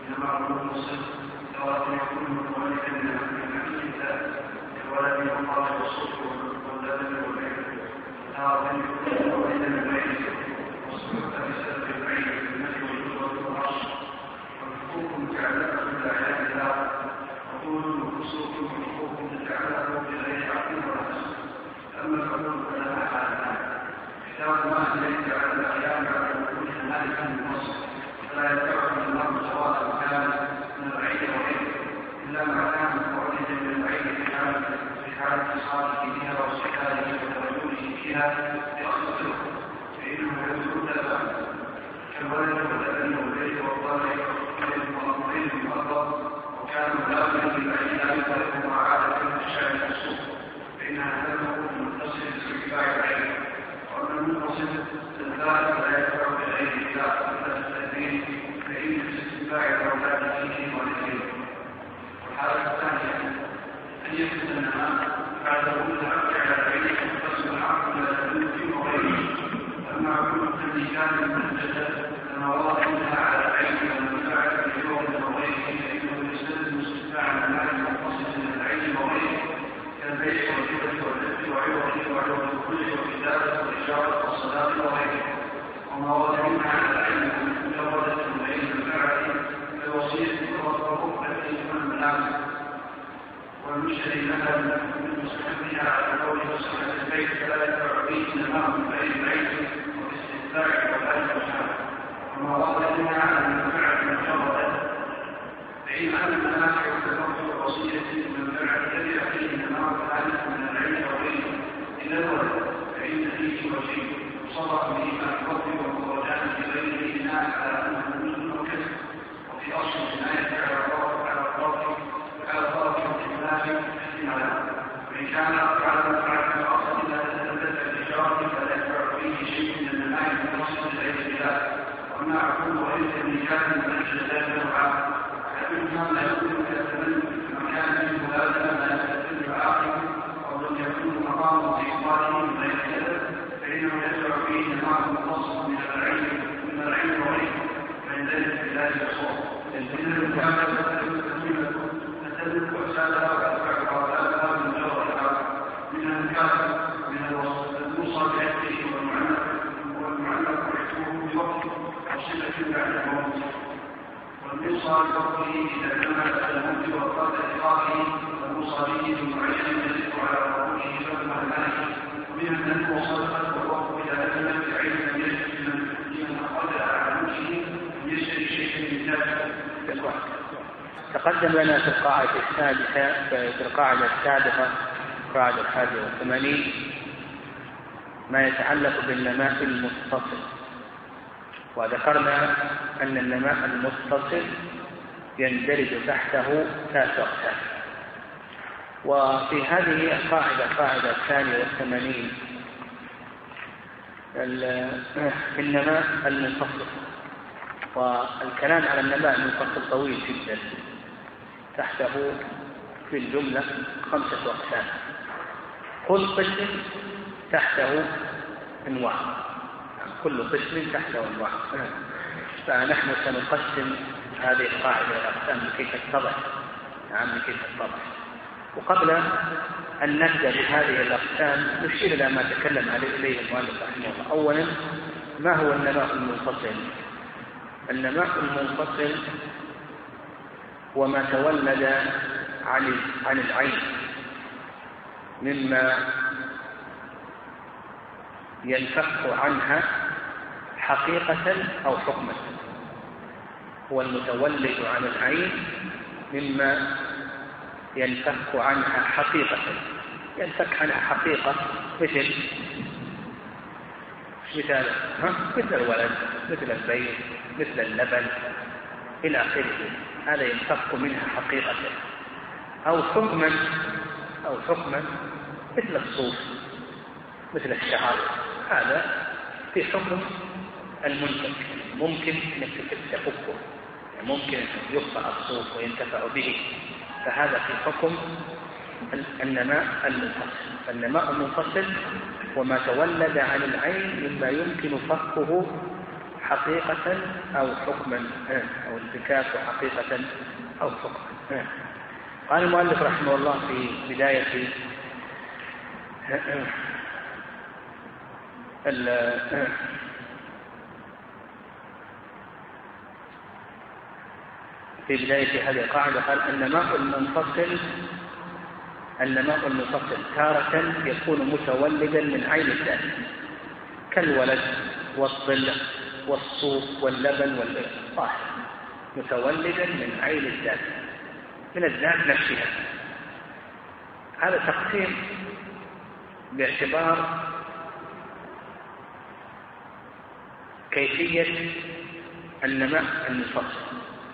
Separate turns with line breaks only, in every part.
إنما هو المسلم سواء يكون متولدا من الكتاب الولد والله والصوت واللبن والعين سواء يكون متولدا من العين والصوت بسبب العين بالنفي والجود والعرش والحقوق متعلقة بالأعيان الله وطول وفسوق وحقوق متعلقة بغير عقل ولا نفس. أما الحقوق فلا على كتاب ما ليس على الأعيان على وجود مالك من مصر فلا يتعرف المرء سواء كان من العين وغيره إلا ما كان متولدا من العين في حالة إصابته بها وسكاله وترجله فيها بأصل فإنه يدخل لا كالولد والأبن والبيت والضالع والمؤمن المؤضر وكان ملازما بالعين لا يطلق مع عادة الشعر المسوق فإنها تدخل المتصل باستتباع العين وأما المتصل ذلك لا يدفع بالعين إلا التأثير فإن استتباع الأولاد فيه والدين. والحالة الثانية أن يكون النماء بعد وجود العبد على العين يتصل العقل لا تدل في وغيره. أما كل كان محدثة فمواضع منها على العين والمنفعة في لغة وغيره فإنه يستلزم استتباع المال المتصل من العين وغيره كالبيع والهبة والنفي وعوض الكل والكتابة والإشارة والصلاة وغيره. ومواضع منها على العين مجردة من العين المنفعة كالوصية والركبة من الملامس والمشتري لها من مستحبها على قول صحة البيت فلا يدفع به إنما من بين العين والاستتباع والآية والشهادة. ومواضع منها على المنفعة المجردة فإن أن المنافع والتفرد والوصية المنفعة الذي فيه النماء الثالث من العين وغيره إلى الولد فإن فيه وجيه صدق به عن الفضل والمرجان بغيره بناء على أنه نزل وكسب وفي أصل الجناية على طرف الإسلام وإن كان أفعال المفعل في الأصل لا تتبدل الإشارة فلا يدفع فيه شيء من النماء المتصل بالعين بذلك. وما أقول وليس المكان من أجل ذلك نوعا فإنما لا يمكن أن يتمنى مكان منه هذا لا يستدل عاقل أو لم يكن مقام إخباره من غير كذب فإنه يدفع فيه نماء متصل من العين وغيره فإن ذلك بالله يصور. إن المكان تدل وأسالها وأدفع وأسالها من جوهر العقل من المكان من الموصى بأهله والمعلق يحكمه بوقته وصلة بعد الموت والموصى بوقته إذا كمل الموت وقال إقامه والموصى به بمعين يزيد على رؤوشه فهم المالك ومن النبي وصدقت والوقت إذا كمل بعين لم يجد لمن أخذ على موته يشتري شيئا من ذلك.
تقدم لنا في القاعدة السادسة في القاعدة السابقة القاعدة 81 ما يتعلق بالنماء المتصل وذكرنا أن النماء المتصل يندرج تحته 3 أقسام. وفي هذه القاعدة 82 النماء المنفصل والكلام على النماء المنفصل طويل جدا تحته في الجملة 5 أقسام كل قسم تحته أنواع كل قسم تحته أنواع فنحن سنقسم هذه القاعدة إلى أقسام لكي تتضح وقبل أن نبدأ بهذه الأقسام نشير إلى ما تكلم عليه المؤلف رحمه الله. أولا ما هو النماء المنفصل؟ النماء المنفصل وما تولد عن العين مما ينفك عنها حقيقة أو حكما. هو المتولد عن العين مما ينفك عنها حقيقة ينفك عنها حقيقة مثل الولد مثل البيت مثل اللبن إلى آخره هذا ينفك منها حقيقة أو حكما مثل الصوف مثل الشعر هذا في حكم المنفك ممكن أن تفكه ممكن أن يقطع الصوف وينتفع به فهذا في حكم النماء المنفصل. النماء المنفصل وما تولد عن العين مما يمكن فكه حقيقة أو حكما، أو انفكاك حقيقة أو حكما. قال المؤلف رحمه الله في بداية هذه القاعدة، قال النماء المنفصل تارة يكون متولدا من عين الذات كالولد والظل والصوف واللبن والبيض، طاهر متولدا من عين الذات، من الذات نفسها. هذا تقسيم باعتبار كيفية النماء المنفصل.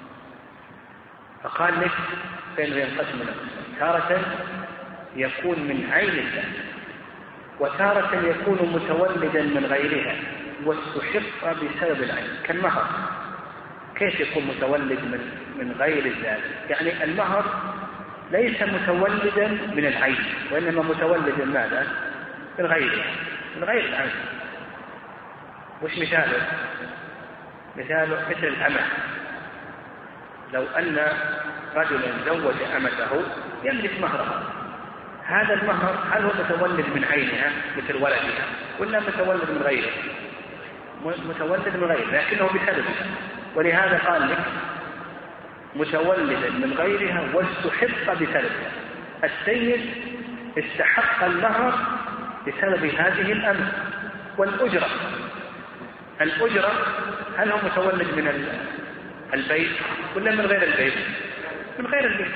فقال لك بين ينقسم الأقسام، تارة يكون من عين الذات، وتارة يكون متولدا من غيرها واستحق بسبب العين كالمهر. كيف يكون متولد من غير الذات؟ يعني المهر ليس متولدا من العين، وإنما متولدا ماذا؟ من غيرها، من غير العين. وش مثاله؟ مثاله مثل الأمة. لو أن رجلا زوج أمته يملك مهرها، هذا المهر هل هو متولد من عينها مثل ولدها ولا متولد من غيره؟ متولد من غيره لكنه بسببها، ولهذا قال لك متولدا من غيرها واستحق بسببها. السيد استحق المهر بسبب هذه الأمة. والأجرة، الأجرة هل هو متولد من البيت ولا من غير البيت؟ من غير البيت.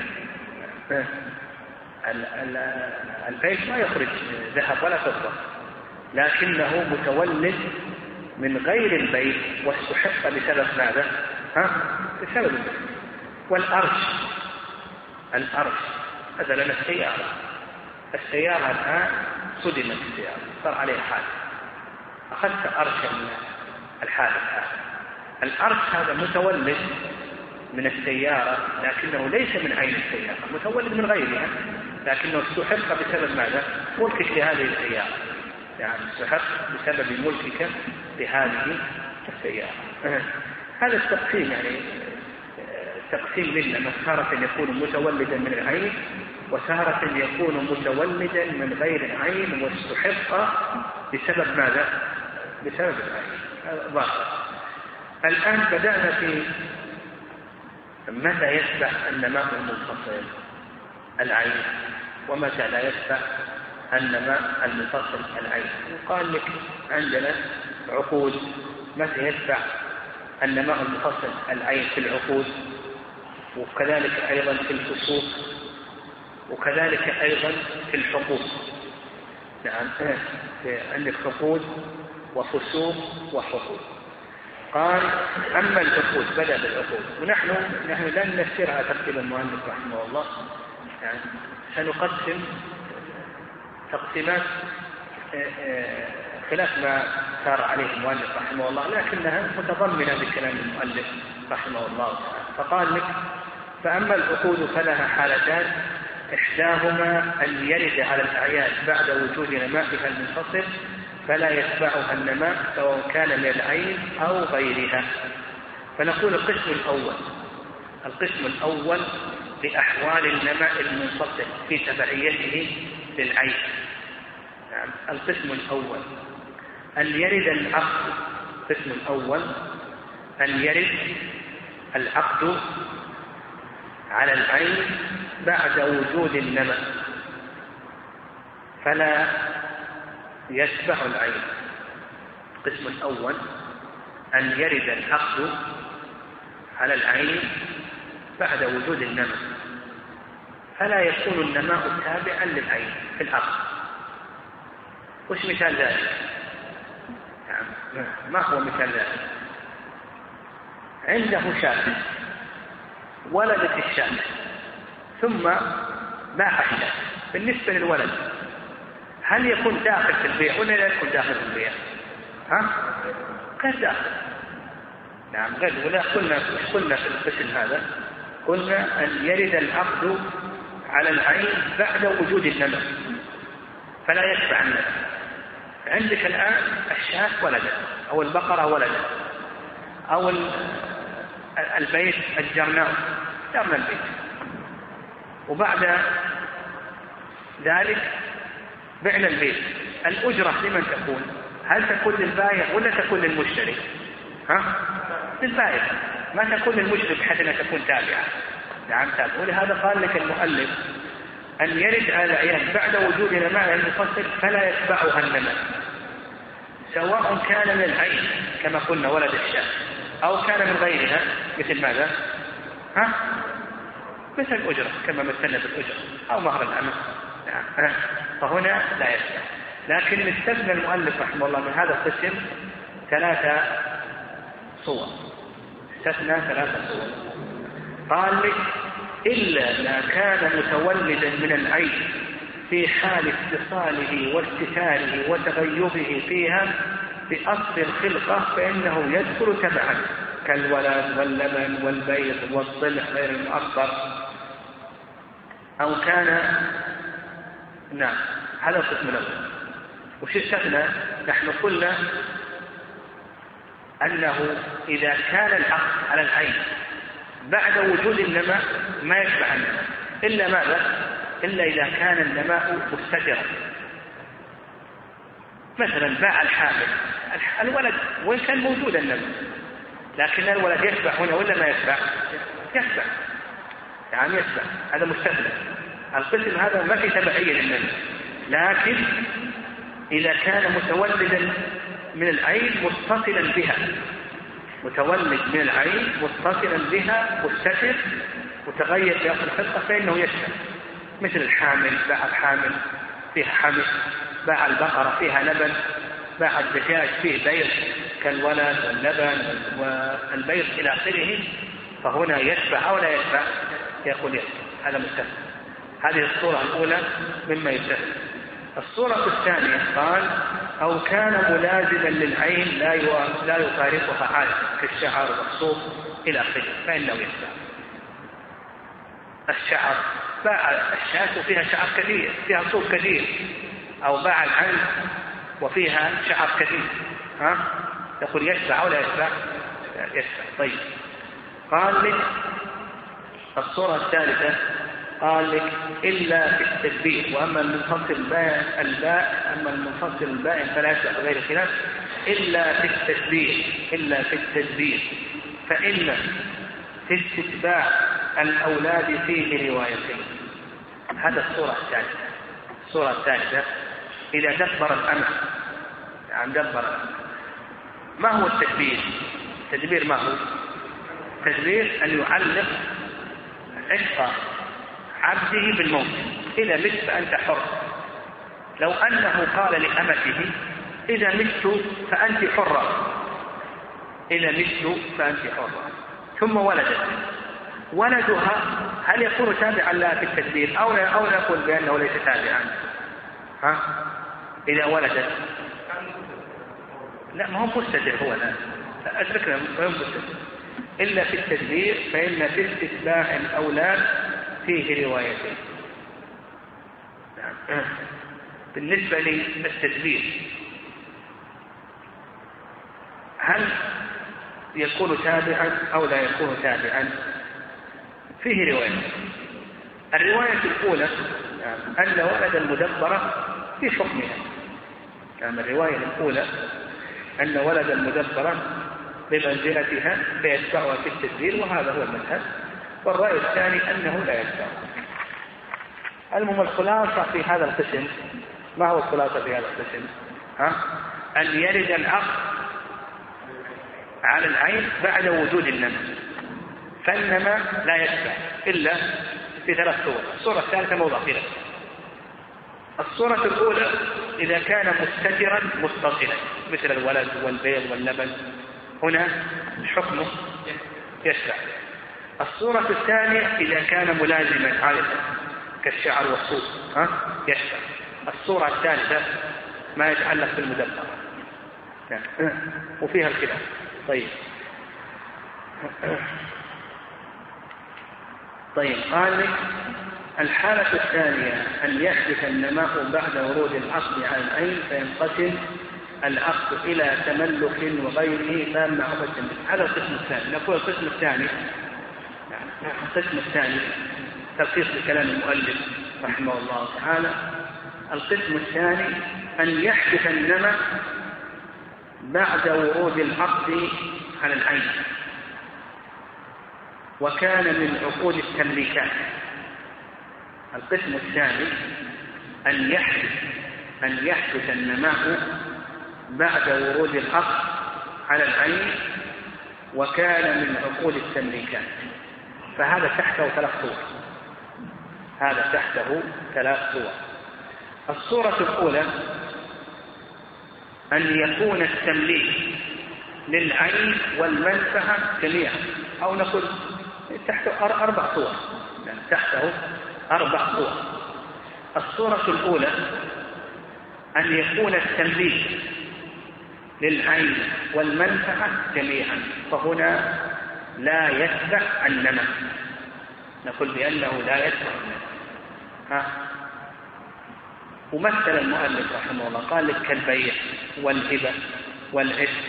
البيت ما يخرج ذهب ولا فضة، لكنه متولد من غير البيت واستحق بسبب ماذا؟ بسبب البيت. والأرش، مثلا السيارة الآن صدمت السيارة، صار عليها حادث، أخذت أرشا من الحادث هذا. الأرش هذا متولد من السيارة لكنه ليس من عين السيارة، متولد من غيرها لكنه استحق بسبب ماذا؟ ملكك لهذه السيارة، يعني استحق بسبب ملكك لهذه السيارة. هذا التقسيم يعني تقسيم لنا، تارة يكون متولدا من العين وتارة يكون متولدا من غير العين واستحق بسبب ماذا؟ بسبب العين. ظاهر. الآن بدأنا في متى يتبع النماء المنفصل العين ومتى لا يتبع النماء المنفصل العين. وقال لك عندنا عقود متى يتبع النماء المنفصل العين في العقود، وكذلك أيضا في الفسوق، وكذلك أيضا في الحقوق. نعم، عندك عقود وفسوق وحقوق. قال أما العقود، بدأ بالعقود، ونحن لن نسيرها ترتيب المؤلف رحمه الله، يعني سنقسم تقسيمات خلاف ما سار عليه المؤلف رحمه الله، لكنها متضمنة بكلام المؤلف رحمه الله تعالى. فقال لك فأما العقود فلها حالتان، إحداهما أن يرد على الأعياد بعد وجود نمائها المنفصل فلا يتبعها النماء سواء كان من العين أو غيرها. فنقول القسم الأول لأحوال النماء المنفصل في تبعيته للعين. يعني القسم الأول أن يرد العقد، القسم الأول أن يرد العقد على العين بعد وجود النماء فلا يتبع العين. القسم الأول أن يرد العقد على العين بعد وجود النماء فلا يكون النماء تابعا للعين في العقد. وش مثال ذلك؟ يعني ما هو مثال ذلك؟ عنده شاة، ولدت الشاة ثم باع الشاة. بالنسبة للولد هل يكون داخل في البيع ولا لا يكون داخل في البيع؟ غير داخل. نعم غير. ولا قلنا في القسم هذا قلنا أن يرد العقد على العين بعد وجود النماء فلا يتبع النماء. عندك الآن الشاة ولدت أو البقرة ولدت، أو البيت أجرنا البيت، وبعد ذلك بعنا البيت، الأجرة لمن تكون؟ هل تكون للبائع ولا تكون للمشتري؟ للبائع، ما تكون للمشتري بحيث أنها تكون تابعة. نعم تابعة. ولهذا قال لك المؤلف أن يرد على العيان بعد وجود نماء المفصل فلا يتبعها النماء، سواء كان من العين كما قلنا ولد الشاة أو كان من غيرها مثل ماذا؟ مثل الأجرة كما مثلنا بالأجرة أو مهر الأمة. فهنا لا يتبع. لكن استثنى المؤلف رحمه الله من هذا القسم 3 صور، استثنى 3 صور. قال لك إلا ما كان متولدا من العين في حال اتصاله واستتاره وتغيبه فيها بأصل الخلقة فإنه يدخل تبعا كالولد واللبن والبيض والصلح غير المؤخر، أو كان نعم هذا القسم الأول. وش استثنى؟ نحن قلنا أنه إذا كان العقد على العين بعد وجود النماء ما يشبع النماء، إلا ماذا؟ إلا إذا كان النماء مستترا. مثلا باع الحامل الولد وإن كان موجود النماء، لكن الولد يشبع هنا ولا ما يشبع؟ يشبع، يعني يشبع، هذا مستثنى. القسم هذا ما في تبعية للنماء، لكن إذا كان متولدا من العين متصلا بها، متولد من العين متصلا بها مستتر متغير في أصل الخلقة فإنه يشبع، مثل الحامل، باع الحامل فيها حمل، باع البقرة فيها لبن، باع الدجاج فيه بيض كالولد واللبن والبيض إلى آخره، فهنا يشبع أو لا يشبع؟ يقول يشبع، هذا مستثنى. هذه الصورة الأولى مما يستثنى. الصورة الثانية قال أو كان ملازما للعين لا يفارقها عادة كالشعر والصوف إلى آخره فإنه يشبع. الشعر باع الشاة وفيها شعر كثير، فيها صوف كثير، أو باع العين وفيها شعر كثير، يقول يشبع أو لا يشبع؟ يشبع. طيب قال لك الصورة الثالثة قال لك إلا في التدبير، وأما المنفصل البائن فلا يشبع غير خلاف إلا في التدبير فإن في استتباع الأولاد فيه روايتين. هذا الصورة الثالثة إذا دبر الأمر، يعني دبر الأمر. ما هو التدبير؟ التدبير ما هو؟ التدبير أن يعلق عشق عبده بالموت، إذا مت فأنت حر. لو أنه قال لأمته إذا مت فأنت حرة، ثم ولدها هل يكون تابعا لها في التدبير أو نقول بأنه ليس تابعا؟ إذا ولدت لا، ما هو مستدر، هو لا أدركنا ما هو مستدر. إلا في التدبير فإن في استتباع الأولاد فيه روايتين. بالنسبة للتدبير هل يكون تابعا أو لا يكون تابعا؟ فيه رواية. الرواية الأولى أن ولد المدبرة في حكمها، يعني الرواية الأولى أن ولد المدبرة بمنزلتها فيتبعها في التدبير، وهذا هو المذهب. والرأي الثاني أنه لا يتبعها. المهم الخلاصة في هذا القسم، ما هو الخلاصة في هذا القسم؟ أن يرد العقد على العين بعد وجود النماء، فالنماء لا يتبع إلا في 3 صور. الصورة الثالثة موضع خلاف. الصورة الأولى إذا كان مستترا متصلا مثل الولد والبيض واللبن، هنا حكمه يشبع. الصورة الثانية إذا كان ملازما عادة كالشعر والصوف يشبع. الصورة الثالثة ما يتعلق بالمدبر وفيها الخلاف. طيب قال لك الحالة الثانية أن يحدث النماء بعد ورود العقد على العين فينقسم العقد إلى تملك وغيره فمن عقد التمليك. هذا القسم الثاني. نقول القسم الثاني تلخيص لكلام المؤلف رحمه الله تعالى. القسم الثاني أن يحدث النمى بعد ورود العقد على العين، وكان من عقود التمليكات. القسم الثاني أن يحدث النماء بعد ورود العقد على العين، وكان من عقود التمليكات. فهذا تحته ثلاث صور. الصورة الأولى أن يكون التمليك للعين والمنفعة جميعا، أو نقول تحته 4 صور، يعني تحته 4 صور. الصورة الأولى أن يكون التمليك للعين والمنفعة جميعا، فهنا لا يتبع النمى. نقول بأنه لا يتبع النمى. ومثل المؤلف رحمه الله قال لك كالبيع والهبة والعتق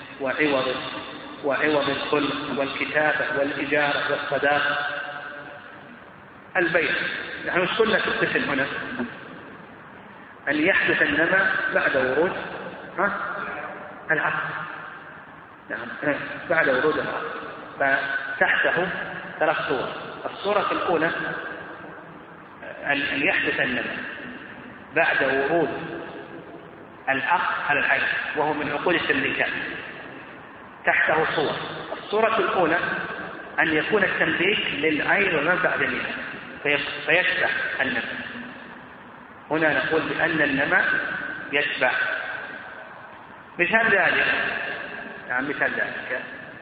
وعوض الخلق والكتابة والإجارة والصداقة. البيع نحن مش قلنا في القسم هنا أن يحدث النمى بعد ورود العقد. نعم، بعد ورود العقد، فتحته 3 صور. الصورة الأولى أن يحدث النمى بعد ورود العقد على العين، وهو من عقود التمليكات، تحته صور. الصورة الأولى أن يكون التمليك للعين والمنفعة جميعا فيتبع النمى. هنا نقول بأن النمى يتبع. مثال ذلك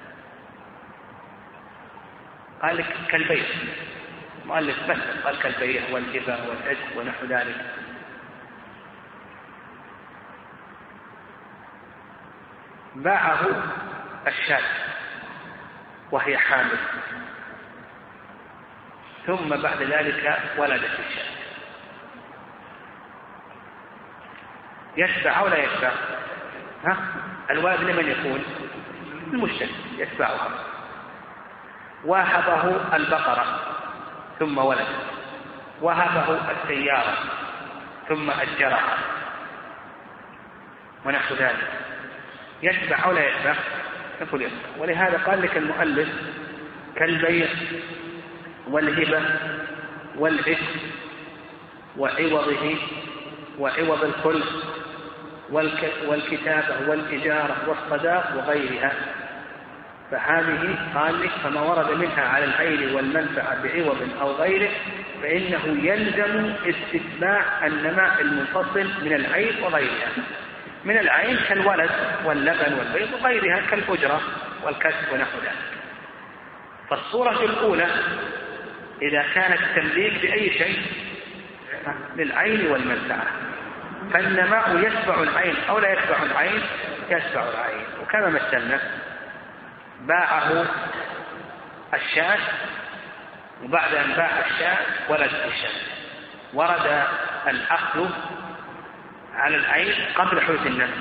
قال لك كالبيع. مؤلف مثل قال كالبيع والهبة والعتق ونحو ذلك. باعه الشاة وهي حامل، ثم بعد ذلك ولدت الشاة. يتبع ولا يتبع؟ الولد لمن يكون؟ المشتري يتبعها. وهبه البقرة ثم ولدت، وهبه السيارة ثم أجرها ونحو ذلك. يتبع ولا يتبع؟ نقول يتبع. ولهذا قال لك المؤلف كالبيع والهبة والعتق وعوضه وعوض الخلق والكتابة والإجارة والصداق وغيرها. فهذه قال لك فما ورد منها على العين والمنفعة بعوض أو غيره فإنه يلزم استتباع النماء المنفصل من العين وغيرها. من العين كالولد واللبن والبيض وغيرها كالأجرة والكسب ونحو ذلك. فالصورة الأولى إذا كان التمليك بأي شيء للعين والمنفعة، فالنماء يتبع العين أو لا يتبع العين؟ يتبع العين. وكما مثلنا باعه الشاة، وبعد أن باع الشاة ولدت الشاة، ورد الأخذ على العين قبل حدوث النمى.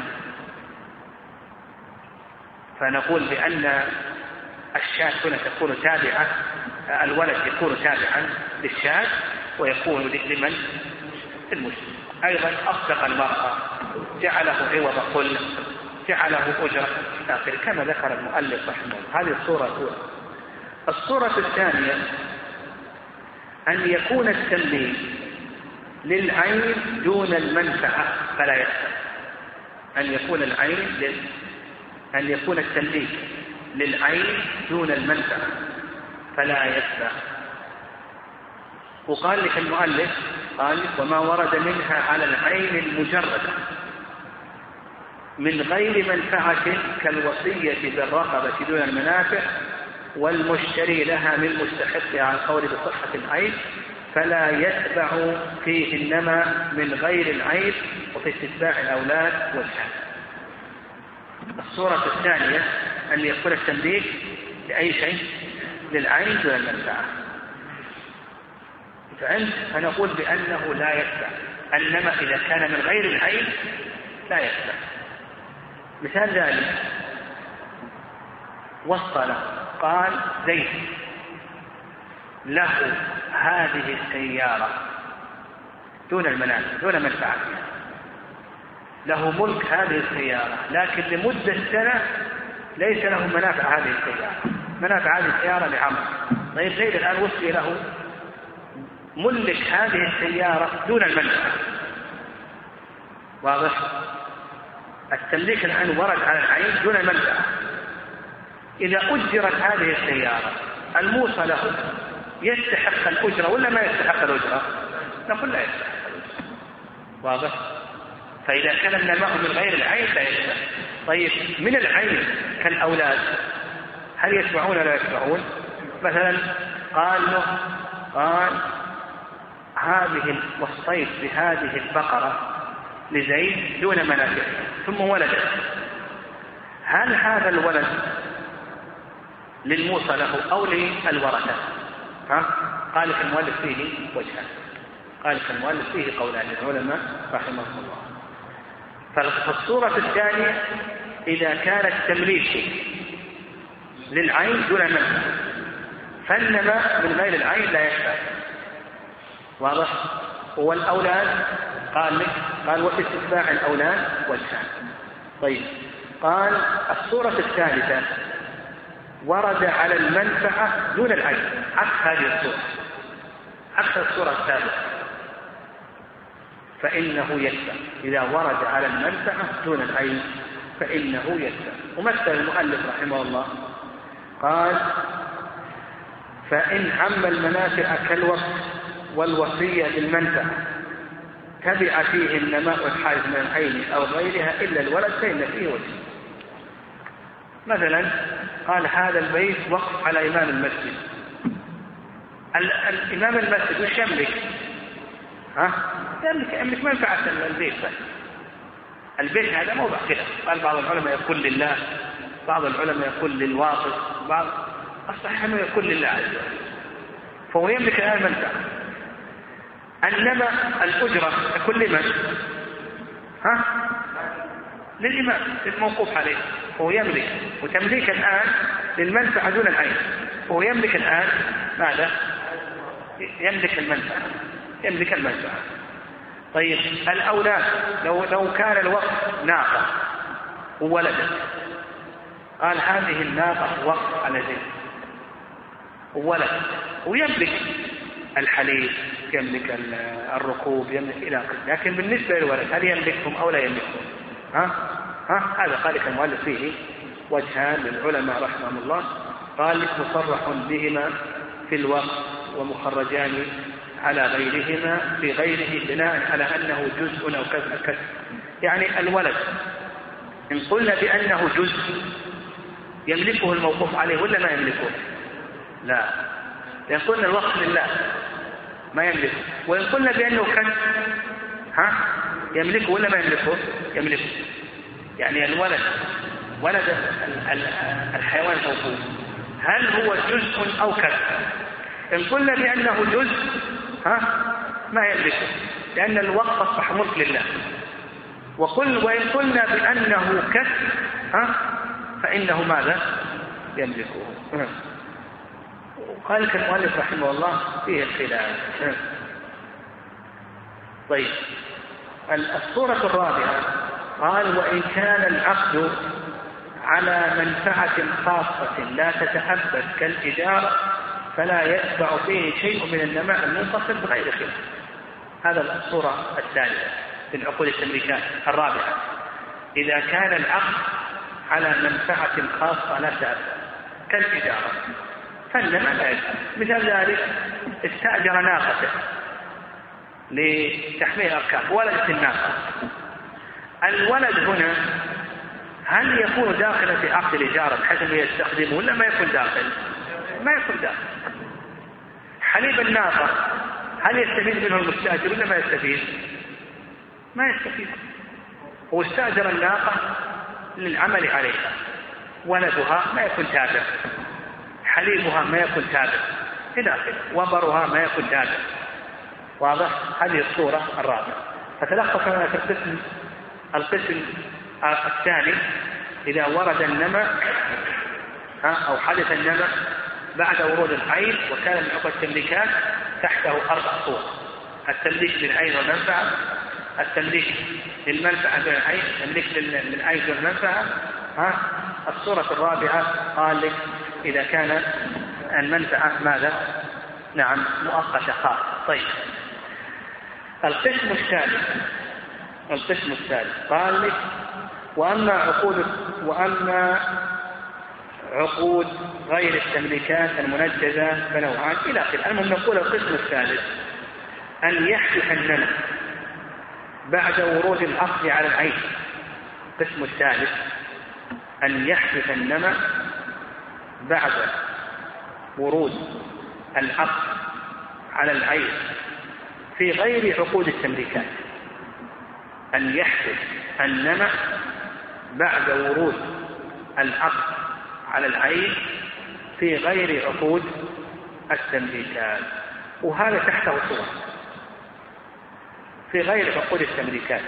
فنقول بأن الشاة هنا تكون تابعة، الولد يكون تابعا للشاة ويكون لمن؟ المسلم. أيضا أصدق المرأة، جعله عوض خلق، جعله أجرة آخر، كما ذكر المؤلف رحمه الله. هذه الصورة الأولى. الصورة الثانية أن يكون التمليك للعين دون المنفعة فلا يتبع. أن يكون التمليك للعين دون المنفعة فلا يتبع. وقال لك المؤلف قال وما ورد منها على العين المجردة من غير منفعة كالوصية بالرقبة دون المنافع والمشتري لها من مستحقها على القول بصحة العين فلا يتبع فيه النمى من غير العين وفي استتباع الأولاد والحال. الصورة الثانية أن يكون التمليك لأي شيء للعين دون المنفعة، فنقول بأنه لا يتبع. إنما إذا كان من غير العين لا يتبع. مثال ذلك وصل قال زيد له هذه السيارة دون المنافع دون منفعة، له ملك هذه السيارة لكن لمدة سنة ليس له منافع هذه السيارة، منافع هذه السيارة لعمر. طيب زيد الآن وصي له ملك هذه السيارة دون المنفعة، واضح؟ التمليك الآن ورد على العين دون المنفعة. إذا أجرت هذه السيارة الموصى له يستحق الأجرة ولا ما يستحق الأجرة؟ نقول لا يستحق الأجرة، واضح؟ فإذا كان النماء من غير العين لا يستحق. طيب من العين كالأولاد هل يتبعون ولا يتبعون؟ مثلا قال له هذه وصيت بهذه البقرة لزيد دون منافع ثم ولدت، هل هذا الولد للموصى له أو للورثة؟ قال في المؤلف فيه وجهان، قال في المؤلف فيه قولان للعلماء رحمهم الله. فالصورة الثانية إذا كان التمليك للعين دون المنفعة فإنما من غير العين لا يشفع، واضح؟ والأولاد قال وفي استتباع الأولاد وجهان. طيب قال الصورة الثالثة ورد على المنفعة دون العين، عكس هذه الصورة، عكس الصورة الثالثة، فإنه يشفع. إذا ورد على المنفعة دون العين فإنه يشفع. ومثل المؤلف رحمه الله قال فإن عم المنافع كالوصف والوصية بالمنفعة تبع فيه النماء والحائز من العين أو غيرها إلا الولد فإن فيه وجه. مثلا قال هذا البيت وقف على إمام المسجد، الإمام المسجد وش يملك؟ يملك منفعة البيت بس. البيت هذا موضع كده، قال بعض العلماء يقول لله، بعض العلماء يقول للواقف، بعض الصحيح أنه يقول لله عز وجل، فهو يملك الآن منفعة. إنما الأجرة تكون لمن؟ للإمام الموقوف عليه، هو يملك، وتمليك الآن للمنفعة دون العين، هو يملك الآن ماذا؟ يملك المنفعة، يملك المنفعة. طيب الأولاد لو كان الوقف ناقة وولدت، قال هذه الناقة وقف على زيد وولد، ويملك الحليب، يملك الركوب، يملك إلى آخره، لكن بالنسبة للولد هل يملكهم أو لا يملكهم؟ هذا قال المؤلف فيه وجهان للعلماء رحمهم الله. قال مصرح بهما في الوقف ومخرجان على غيرهما في غيره بناء على أنه جزء أو كسر. يعني الولد إن قلنا بأنه جزء يملكه الموقوف عليه ولا ما يملكه؟ لا، لأن قلنا الوقف لله ما يملكه. وإن قلنا بأنه كسر يملكه ولا ما يملكه؟ يملكه. يعني الولد ولد الحيوان الموقوف هل هو جزء أو كسر؟ إن قلنا بأنه جزء ما يملكه، لأن الوقف أصبح ملك لله. وإن قلنا بأنه كسر فإنه ماذا؟ يملكه. وقال المؤلف رحمه الله فيه الخلاف. طيب الصورة الرابعة قال وإن كان العقد على منفعة خاصة لا تتحبس كالإجارة فلا يتبع فيه شيء من النماء المنفصل بغير خلاف. هذا الصورة الثالثة في العقود التمليكات الرابعة، إذا كان العقد على منفعة خاصة لا تتحبس كالإجارة فالنماء لا يتبع. مثال ذلك استأجر ناقته لتحميل أركاب، ولدت الناقة. الولد هنا هل يكون داخلا في عقد الإجارة بحيث أنه يستخدمه ولا ما يكون داخل؟ ما يكون داخل. حليب الناقة هل يستفيد منه المستأجر ولا ما يستفيد؟ ما يستفيد. هو استأجر الناقة للعمل عليها، ولدها ما يكون تابع، حليبها ما يكون تابع إلى آخره، وبرها ما يكون تابع. واضح؟ هذه الصورة الرابعة. فتلخص لنا في القسم الثاني إذا ورد النمى أو حدث النمى بعد ورود العين وكان من عقد التمليكات تحته 4 صور: التمليك للعين والمنفعة، التمليك للمنفعة دون العين، التمليك للعين دون المنفعة. الصورة الرابعة قال لك إذا كان المنفعة ماذا؟ نعم مؤقتة خاصة. طيب القسم الثالث قال لك وأما عقود غير التمليكات المنجزة فنوعان إلى آخره. المهم نقول القسم الثالث أن يحدث النمى بعد ورود العقد على العين. القسم الثالث أن يحدث النمى بعد ورود العقد على العين في غير عقود التمليكات. أن يحدث النمى بعد ورود العقد على العين في غير عقود التمليكات، وهذا تحته صور في غير عقود التمليكات،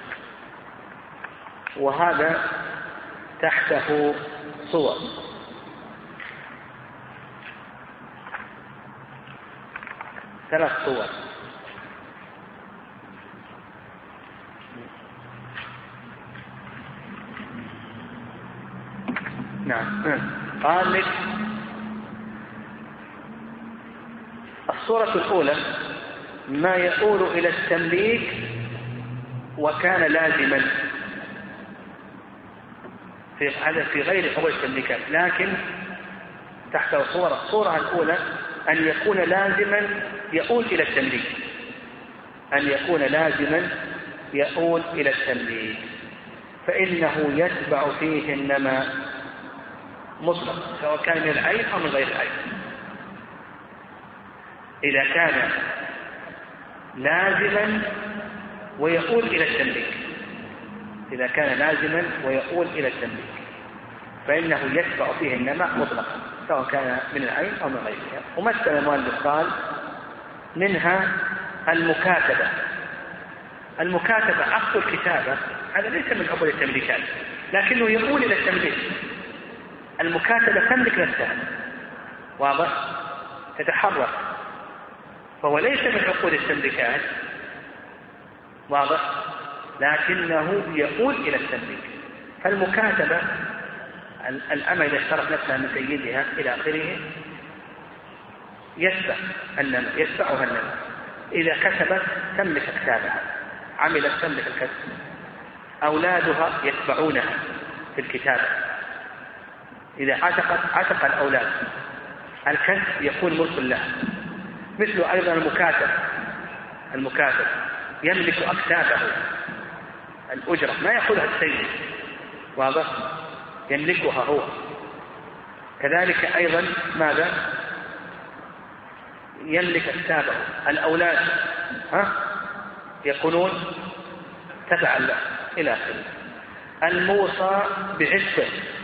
وهذا تحته صور. ثلاث صور. نعم. قال لك الصورة الأولى ما يؤول إلى التمليك وكان لازما في غير عقود التمليكات، لكن تحت صورة. الصورة الأولى أن يكون لازما يؤول إلى التمليك، أن يكون لازما يؤول إلى التمليك، فإنه يتبع فيه النمى مطلق سواء كان من العين أو من غير العين. إذا كان لازما ويؤول إلى التمليك، إذا كان لازما ويؤول إلى التمليك فإنه يتبع فيه النمى مطلقا سواء كان من العين أو من غيرها. ومثل المؤلف قال منها المكاتبة عقد الكتابة، هذا ليس من عقود التمليكات لكنه يؤول إلى التمليك. المكاتبة تملك نفسها، واضح، تتحرك، فهو ليس من عقود التمليكات، واضح، لكنه يؤول إلى التمليك. فالمكاتبة الأمة إذا اشترت نفسها من سيدها إلى آخره يتبعها النمى. إذا كسبت تملك كتابها، عملت تملك الكسب، أولادها يتبعونها في الكتابة. إذا عتق الأولاد الكسب يكون ملك له. مثل أيضا المكاتب يملك أكتابه، الأجرة ما يأخذها السيد، واضح، يملكها هو. كذلك أيضا ماذا؟ يملك أكتابه. الأولاد يكونون تبعا له إلى آخره. الموصى بعفة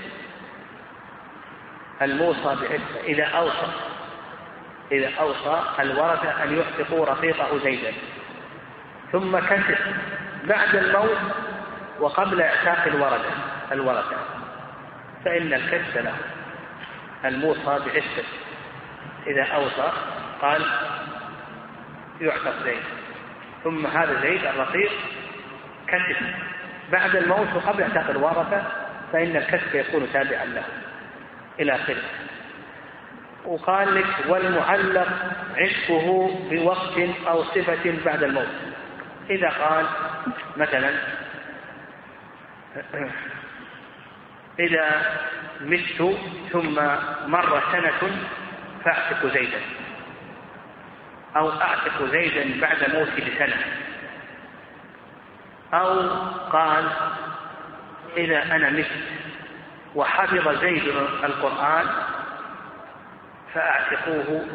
إذا أوصى الورثة أن يعتقوا رفيقه زيدا ثم كسب بعد الموت وقبل إعتاق الورثة فإن الكسب له. الموصى بعفة إذا أوصى قال يعتق زيد، ثم هذا زيد الرفيق كسب بعد الموت وقبل إعتاق الورثة فإن الكسب يكون تابعا له إلى آخره. وقال لك والمعلق عشقه بوقت أو صفة بعد الموت. إذا قال مثلا إذا مت ثم مر سنة فأعتق زيدا، أو أعتق زيدا بعد موتي بسنة، أو قال إذا أنا مت وحفظ زيد القرآن فأعتقوه.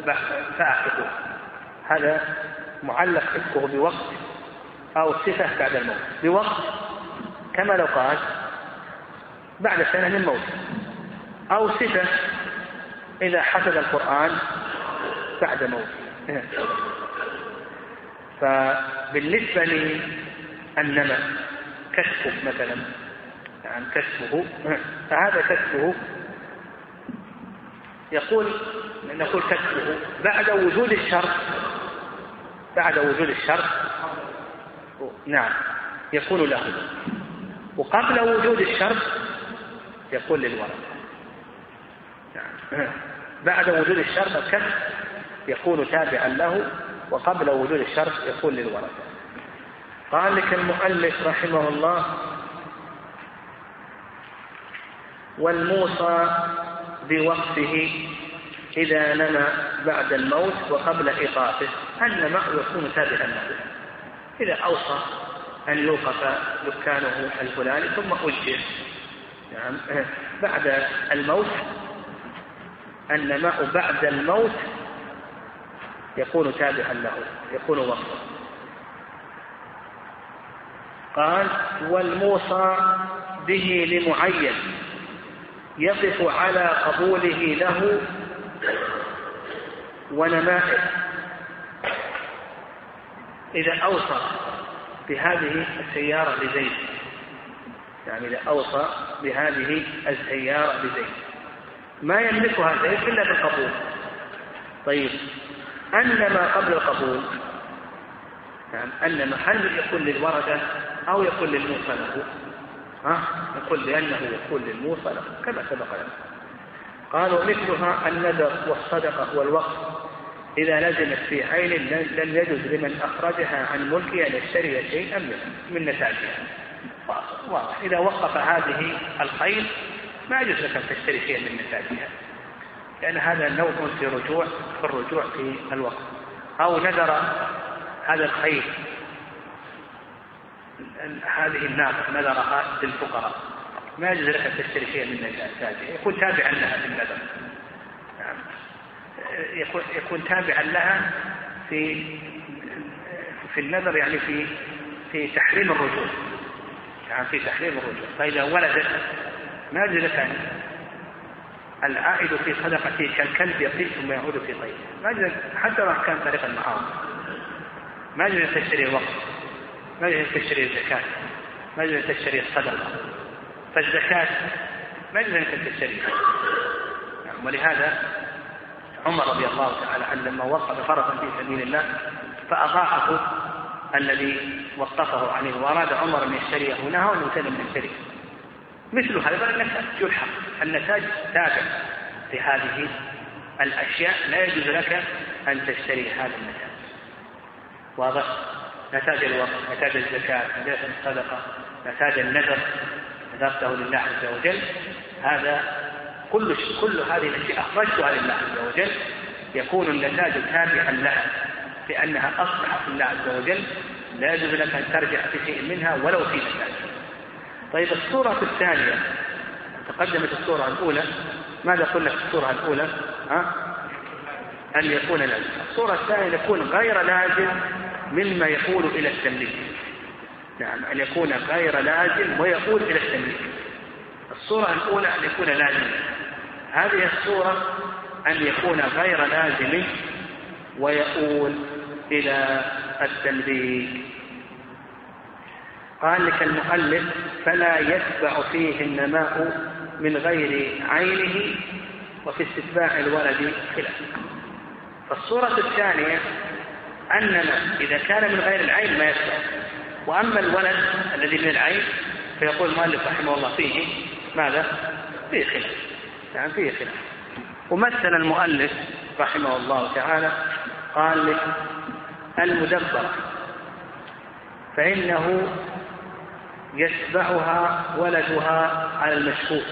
هذا معلق عتقه بوقت أو صفة بعد الموت. بوقت كما لو قال بعد سنة من موت، أو صفة إذا حفظ القرآن بعد موت. فبالنسبة للنمى كسب مثلا يعني كسبه، فهذا كسبه نقول كسبه بعد وجود الشرط نعم يكون له، وقبل وجود الشرط يكون للورثة. نعم. بعد وجود الشرط الكسب يكون تابعا له، وقبل وجود الشرط يكون للورثة. قال لك المؤلف رحمه الله: والموصى بوقفه إذا نمى بعد الموت وقبل إيقافه، النماء يكون تابعا له. إذا أوصى أن يوقف دكانه الفلاني ثم أجر يعني بعد الموت، النماء بعد الموت يكون تابعا له، يكون وقفا. قال: والموصى به لمعين يقف على قبوله له ونمائه. إذا أوصى بهذه السيارة لزيد، يعني إذا أوصى بهذه السيارة لزيد ما يملكها زيد إلا بالقبول. طيب أنما قبل القبول، يعني أنما هل يكون للورثة أو يكون للموصى له؟ نقول لأنه يكون للموصى له كما سبق لنا. قالوا: مثلها النذر والصدقة والوقف إذا لزمت في عين لم يجوز لمن أخرجها عن ملكه أن يشتري شيئا من نتاجها. واضح. إذا وقف هذه الخيل ما يجوز لك أن تشتري شيئا من نتاجها، لأن هذا نوع في الرجوع في الوقف. أو نذر هذا الخيل، هذه الناقة نذرها للفقراء، ما يجوز لك أن تشتري شيئا من نتاجها، يكون تابعا لها في النذر. يكون تابعا لها في النذر، يعني في تحريم الرجوع، يعني في تحريم الرجوع. فإذا ولدت ما يجوز لك أن العائد في صدقته كالكلب يقيل ثم يعود في طيبه، ما يجوز حتى لو كان طريق المعاصي. ما يجوز أن تشتري الوقف، ما يجوز أن تشتري الزكاة، ما يجوز أن تشتري الصدقة. فالزكاة ما يجوز أن تشتريها. ولهذا عمر رضي الله تعالى عنه لما وقف فرسا في سبيل الله فأضاعه الذي وقفه عليه، وأراد عمر أن يشتريه هنا ونمتنع من يشتريه. مثل هذا النتاج يلحق، النتاج تابع في هذه الأشياء، لا يجوز لك أن تشتري هذا النتاج. واضح؟ نتاج الوقف، نتاج الزكاة، نتاج الصدقة، نتاج النذر نذرته لله عز وجل، هذا كل هذه التي أخرجتها لله عز وجل يكون النتاج تابعا لها، لأنها أصبحت لله عز وجل، لا يجوز لك أن ترجع في شيء منها ولو في نتاج. طيب الصورة الثانية، تقدمت الصورة الأولى، ماذا قلنا في الصورة الأولى؟ أن يكون لازم. الصورة الثانية يكون غير لازم مما يقول إلى التمليك. نعم، أن يكون غير لازم ويقول إلى التمليك. الصورة الأولى أن يكون لازم، هذه الصورة أن يكون غير لازم ويقول إلى التمليك. قال لك المؤلف: فلا يتبع فيه النماء من غير عينه، وفي استتباع الولد خلاف. فالصورة الثانية أننا إذا كان من غير العين ما يتبع، وأما الولد الذي من العين فيقول المؤلف رحمه الله فيه ماذا؟ فيه خلاف، يعني فيه خلاف. ومثل المؤلف رحمه الله تعالى قال لك: المدبر فإنه يتبعها ولدها على المشهور.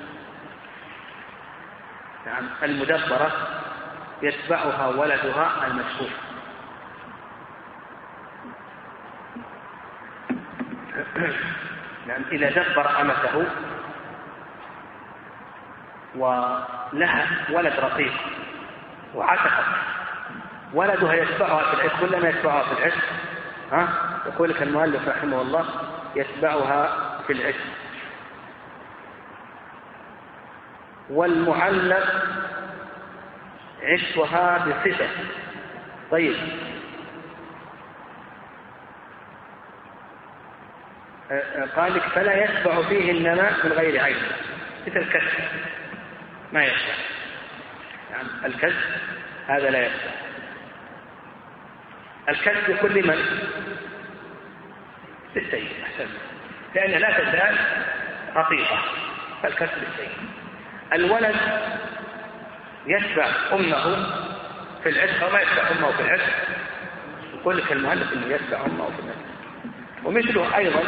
نعم، المدبرة يتبعها ولدها على المشهور. نعم، إذا دبر أمته ولها ولد رقيق وعتقت، ولدها يتبعها في العشق ولا ما يتبعها في العشق؟ يقول لك المؤلف رحمه الله: يتبعها في العشق. والمعلق عشقها بصفة. طيب قال لك فلا يشبع فيه النماء من غير عين، مثل الكسب ما يشبع، يعني الكسب هذا لا يشبع. الكسب لكل من؟ للسيد، أحسن، لأن لا تزال رقيقة، فالكسب للسيد. الولد يشبع أمه في العشق وما يشبع أمه في العشق، يقول لك المؤلف أنه يشبع أمه في العشق. ومثله أيضا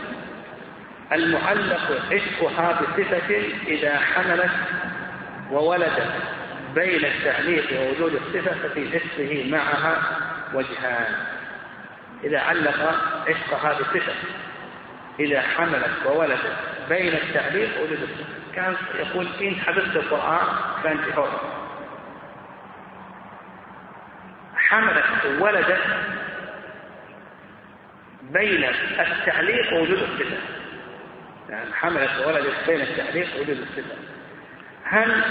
المعلق عشقها بصفة إذا حملت وولدت، بين التعليق ووجود الصفة ففي عشقه معها وجهان. إذا علق عشقها بصفة إذا حملت وولدت بين التعليق ووجود الصفة، كان يقول إن حفظت القرآن فأنت حر، حملت وولدت بين التعليق ووجود الصفة، يعني حملت وولدت بين التعليق ووجود الصفة، هل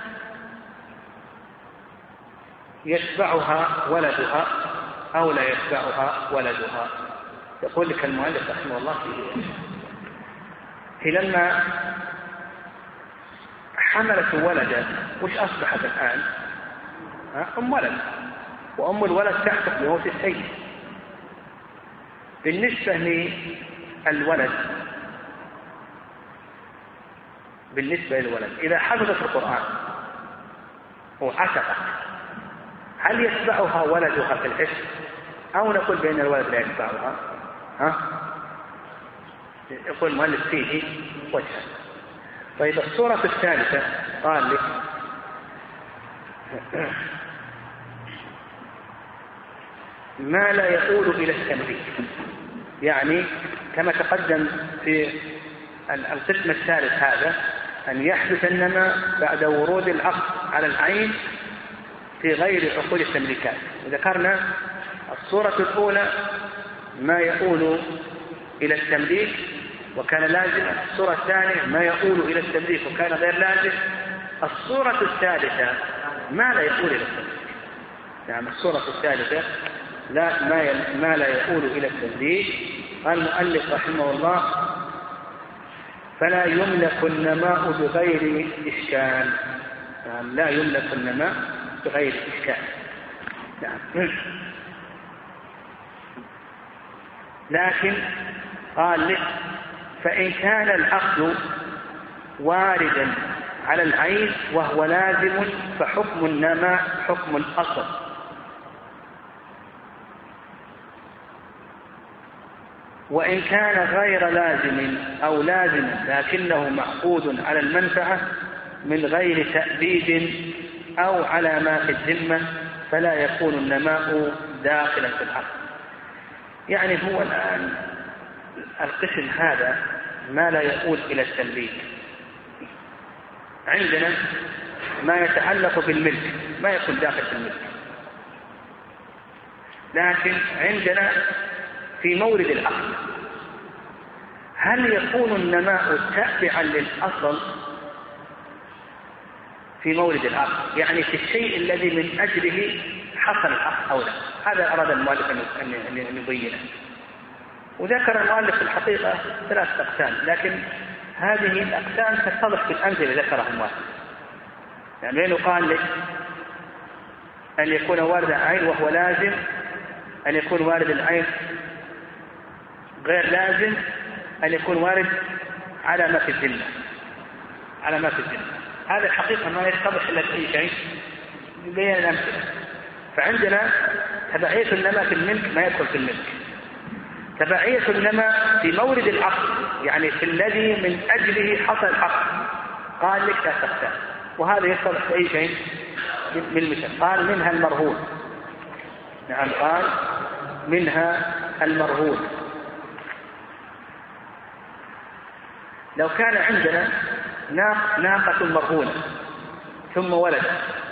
يشبعها ولدها أو لا يشبعها ولدها؟ يقول لك المؤلف رحمه الله هي لما حملت ولدا وش أصبحت الآن؟ أم ولد، وأم الولد تحت بموت السيد. بالنسبة للولد إذا حفظت القرآن وعتقت، هل يتبعها ولدها في العشق أو نقول بأن الولد لا يتبعها؟ يقول المؤلف فيه وجهان. طيب الصورة الثالثة قال لك ما لا يقول إلى التمليك، يعني كما تقدم في القسم الثالث هذا أن يحدث النماء بعد ورود العقد على العين في غير عقود التمليكات. ذكرنا الصورة الأولى ما يقول إلى التمليك وكان لازم، الصورة الثانية ما يقول إلى التمليك وكان غير لازم، الصورة الثالثة ما لا يقول إلى التمليك، يعني الصورة الثالثة ما لا يقول إلى التمليك. قال المؤلف رحمه الله فلا يملك النماء بغير إشكال، يعني لا يملك النماء بغير إشكال. نعم. لكن قال لك فإن كان العقد واردا على العين وهو لازم فحكم النماء حكم الأصل، وإن كان غير لازم أو لازم لكنه معقود على المنفعة من غير تأبيد أو على ما في الذمة فلا يكون النماء داخلا في العقد. يعني هو الآن القسم هذا ما لا يقول إلى التمليك، عندنا ما يتعلق بالملك ما يكون داخل في الملك، لكن عندنا في مورد العقد هل يكون النماء تابعا للأصل في مورد العقد، يعني في الشيء الذي من أجله حصل العقد أو لا؟ هذا أراد المؤلف أن يبينه. وذكر المؤلف في الحقيقة 3 أقسام، لكن هذه الأقسام تتضح في الأمثلة ذكرها المؤلف. يعني لأنه قال لك أن يكون وارد العين وهو لازم، أن يكون وارد العين غير لازم، أن يكون وارد على ما في الذمة، على ما في الذمة. هذا الحقيقة ما يتضح إلا في شيء بين الأمثلة. فعندنا تبعية النماء في الملك ما يدخل في الملك، تبعية النماء في مورد العقد يعني في الذي من أجله حصل العقد قال لك لا تختار، وهذا يصلح في أي شيء بالمثل. قال منها المرهون، نعم قال منها المرهون. لو كان عندنا ناقة مرهونة ثم ولد،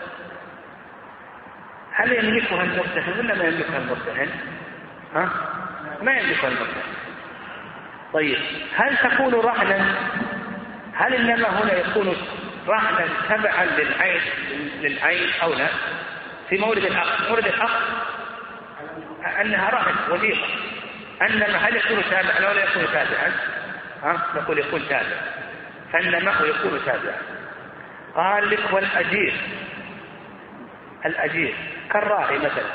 هل يملكها المرتهن ولا ما يملكها المرتهن؟ ما يملكها المرتهن. طيب هل تكون رهنا؟ هل النماء هنا يكون رهنا تبعا للعين أو لا؟ في مورد العقد، مورد العقد أنها رهن وثيقة، النمى هل يكون تابعا ولا يكون تابعا؟ نقول يكون تابعا، فالنماء يكون تابعا. قال لك والأجير، الأجير كالراعي مثلا،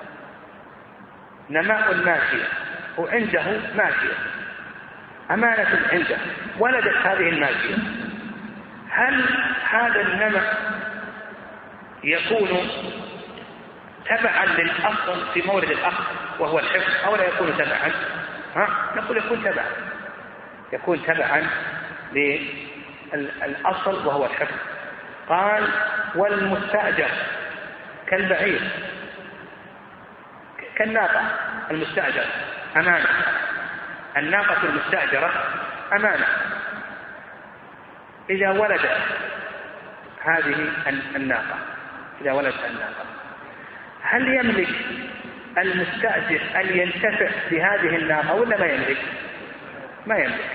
نماء الماشية وعنده ماشية، أمانة عنده، ولدت هذه الماشية، هل هذا النماء يكون تبعا للأصل في مورد الأخذ وهو الحفظ أو لا يكون تبعا؟ نقول يكون تبعا، يكون تبعا للأصل وهو الحفظ. قال والمستأجر كالبعير كالناقة المستأجر أمانة، الناقة المستأجرة أمانة، إذا ولدت هذه الناقة، إذا ولدت الناقة هل يملك المستأجر أن ينتفع بهذه الناقة ولا ما يملك؟ ما يملك،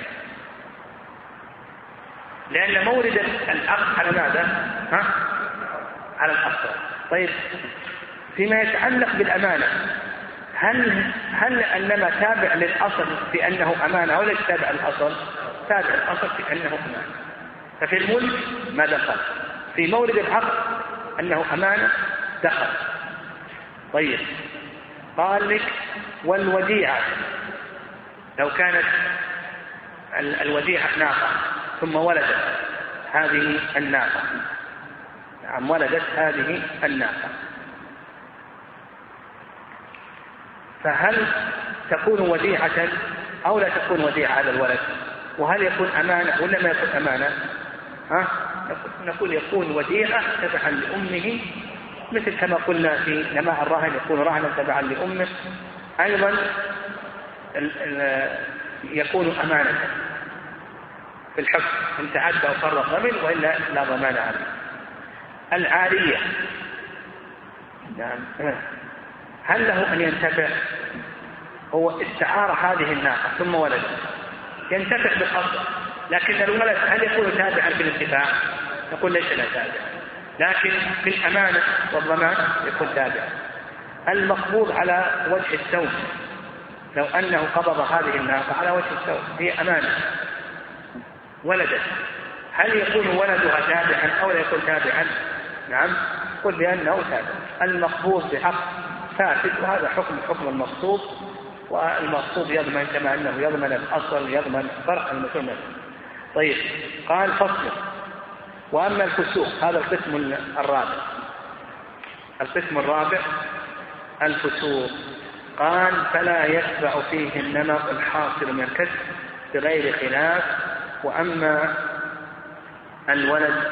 لأن مورد الأخذ على ماذا؟ على الأصل. طيب فيما يتعلق بالأمانة، هل أنما تابع للأصل في أنه أمانة ولا تابع الأصل؟ تابع الأصل في أنه أمانة. ففي الملك ما دخل، في مورد العقد أنه أمانة دخل. طيب قال لك والوديعة، لو كانت الوديعة ناقة ثم ولدت هذه الناقة، نعم ولدت هذه الناقة، فهل تكون وديعة أو لا تكون وديعة على الولد؟ وهل يكون أمانة ولا ما يكون أمانة؟ نقول يكون وديعة تبعا لأمه، مثل كما قلنا في نماء الرهن يكون رهنا تبعا لأمه، أيضا يكون أمانة في الحفظ إن تعدى أو فرط ضمن، وإلا لا ضمان عليه. العارية، نعم، هل له أن ينتفع؟ هو استعار هذه الناقة ثم ولد، ينتفع بالأصل، لكن الولد هل يكون تابعا بالانتفاع؟ نقول ليس لا تابع، لكن بالأمانة والضمان يكون تابع. المقبوض على وجه السوم، لو أنه قبض هذه الناقة على وجه السوم هي أمانة ولدت، هل يكون ولدها تابعا أو لا يكون تابعا؟ نعم، قل بأنه تابع. المقبوض بحق فاسد، وهذا حكم المقصود، والمقصود يضمن كما أنه يضمن الأصل يضمن فرع المثمن. طيب قال فصل. وأما الفسوق، هذا القسم الرابع، القسم الرابع الفسوق. قال فلا يتبع فيه النمط الحاصل من الكسب بغير خلاف. وأما الولد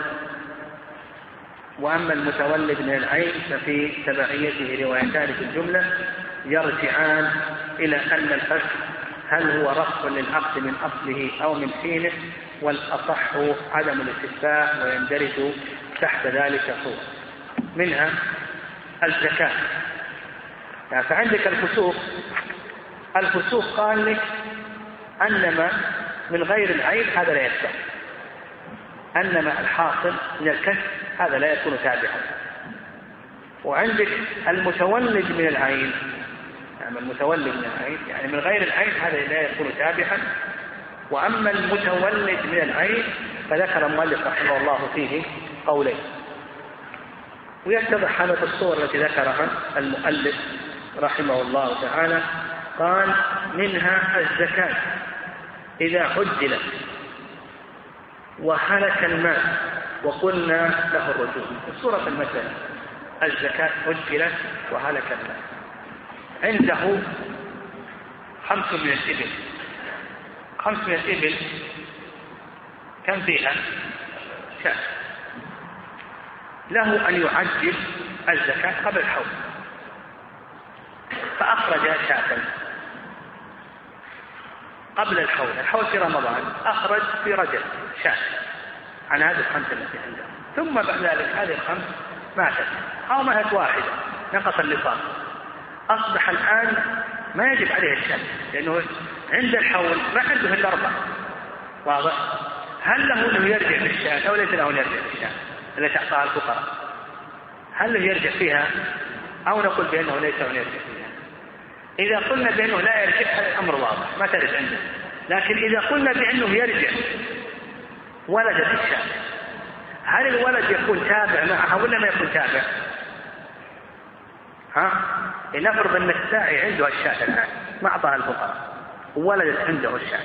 وأما المتولد من العين ففي تبعيته روايتان في الجملة يرجعان إلى أن الفسق هل هو رفع للعقد من أصله أو من حينه، والأصح عدم الاستثباء، ويندرج تحت ذلك صور منها الزكاة. يعني فعندك الفسوق قال لك أنما من غير العين هذا لا يتبع، أنما الحاصل من الكسب هذا لا يكون تابعا. وعندك المتولد من العين، يعني المتولد من العين يعني من غير العين هذا لا يكون تابعا. وأما المتولد من العين فذكر المؤلف رحمه الله فيه قولين، ويتضح هذا في الصور التي ذكرها المؤلف رحمه الله تعالى. قال منها الزكاة إذا عجلت وهلك المال وقلنا له الرجوع. الصورة المثل الزكاة عجلت وهلك المال، عنده 500 إبل، 500 إبل كم فيها؟ شاة، له أن يعجل الزكاة قبل الحول، فأخرج شاة قبل الحول في رمضان، أخرج في رجب شاة عن هذه الخمسة التي عنده، ثم بعد ذلك هذه الخمس ماتت أو ماتت واحدة نقص اللصاص، أصبح الآن ما يجب عليه الشاة لأنه عند الحول ما عنده إلا 4. واضح؟ هل له أنه يرجع بالشاة أو ليس له أن يرجع بالشاة التي أعطاها الفقراء؟ هل له يرجع فيها أو نقول بأنه ليس له أن يرجع فيها؟ إذا قلنا بأنه لا يرجع هذا الأمر واضح ما ترد عنده، لكن إذا قلنا بأنه يرجع ولد في الشاة، هل الولد يكون تابع معها ولا ما يكون تابع؟ لنفرض أن الساعي عنده الشاة الآن ما أعطاها الفقراء وولدت عنده الشاة،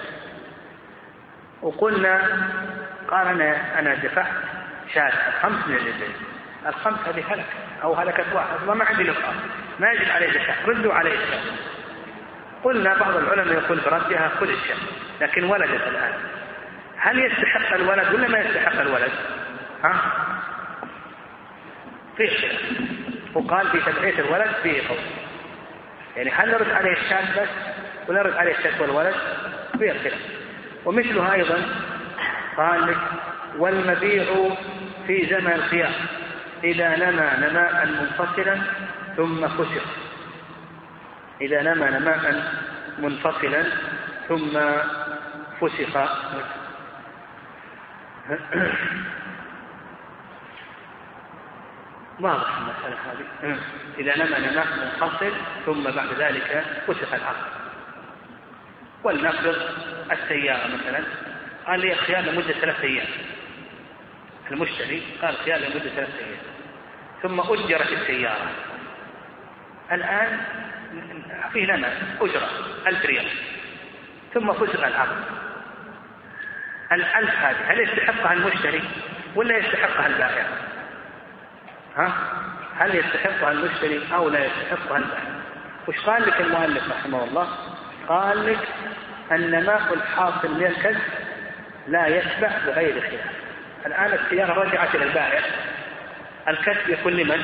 وقلنا قال أنا دفعت شاة 5 من الإبل، ال5 هذه هلك أو هلكت واحد ما عندي لقاء ما يجب عليه زكاة، ردوا عليه الشاة. قلنا بعض العلماء يقول بردها خذ الشاة، لكن ولدت الآن، هل يستحق الولد ولا ما يستحق الولد؟ فيه خلاف، وقال في تبعية الولد فيه قول، يعني هل نرد عليه الشاة بس ولا نرد عليه الشاة والولد؟ فيه خلاف. ومثلها أيضا قال لك والمبيع في زمن الخيار إذا نمى نماء منفصلا ثم فسخ، إذا نمى نماء منفصلا ثم فسخ. واضح المسألة هذه. إذا نمى نماء منفصل ثم بعد ذلك فسخ العقد. ولنفرض السيارة مثلا قال لي الخيار لمدة 3 أيام، المشتري قال خيار لمدة 3 أيام، ثم أجرت السيارة، الآن في نمى أجرة 1000 ريال ثم فسخ العقد. 1000 هذه هل يستحقها المشتري ولا يستحقها البائع؟ هل يستحقها المشتري أو لا يستحقها البائع؟ وش قال لك المؤلف رحمه الله؟ قال لك النماء الحاصل من الكسب لا يتبع بغير خلاف. الآن السيارة رجعت إلى البائع، الكسب يكون لمن؟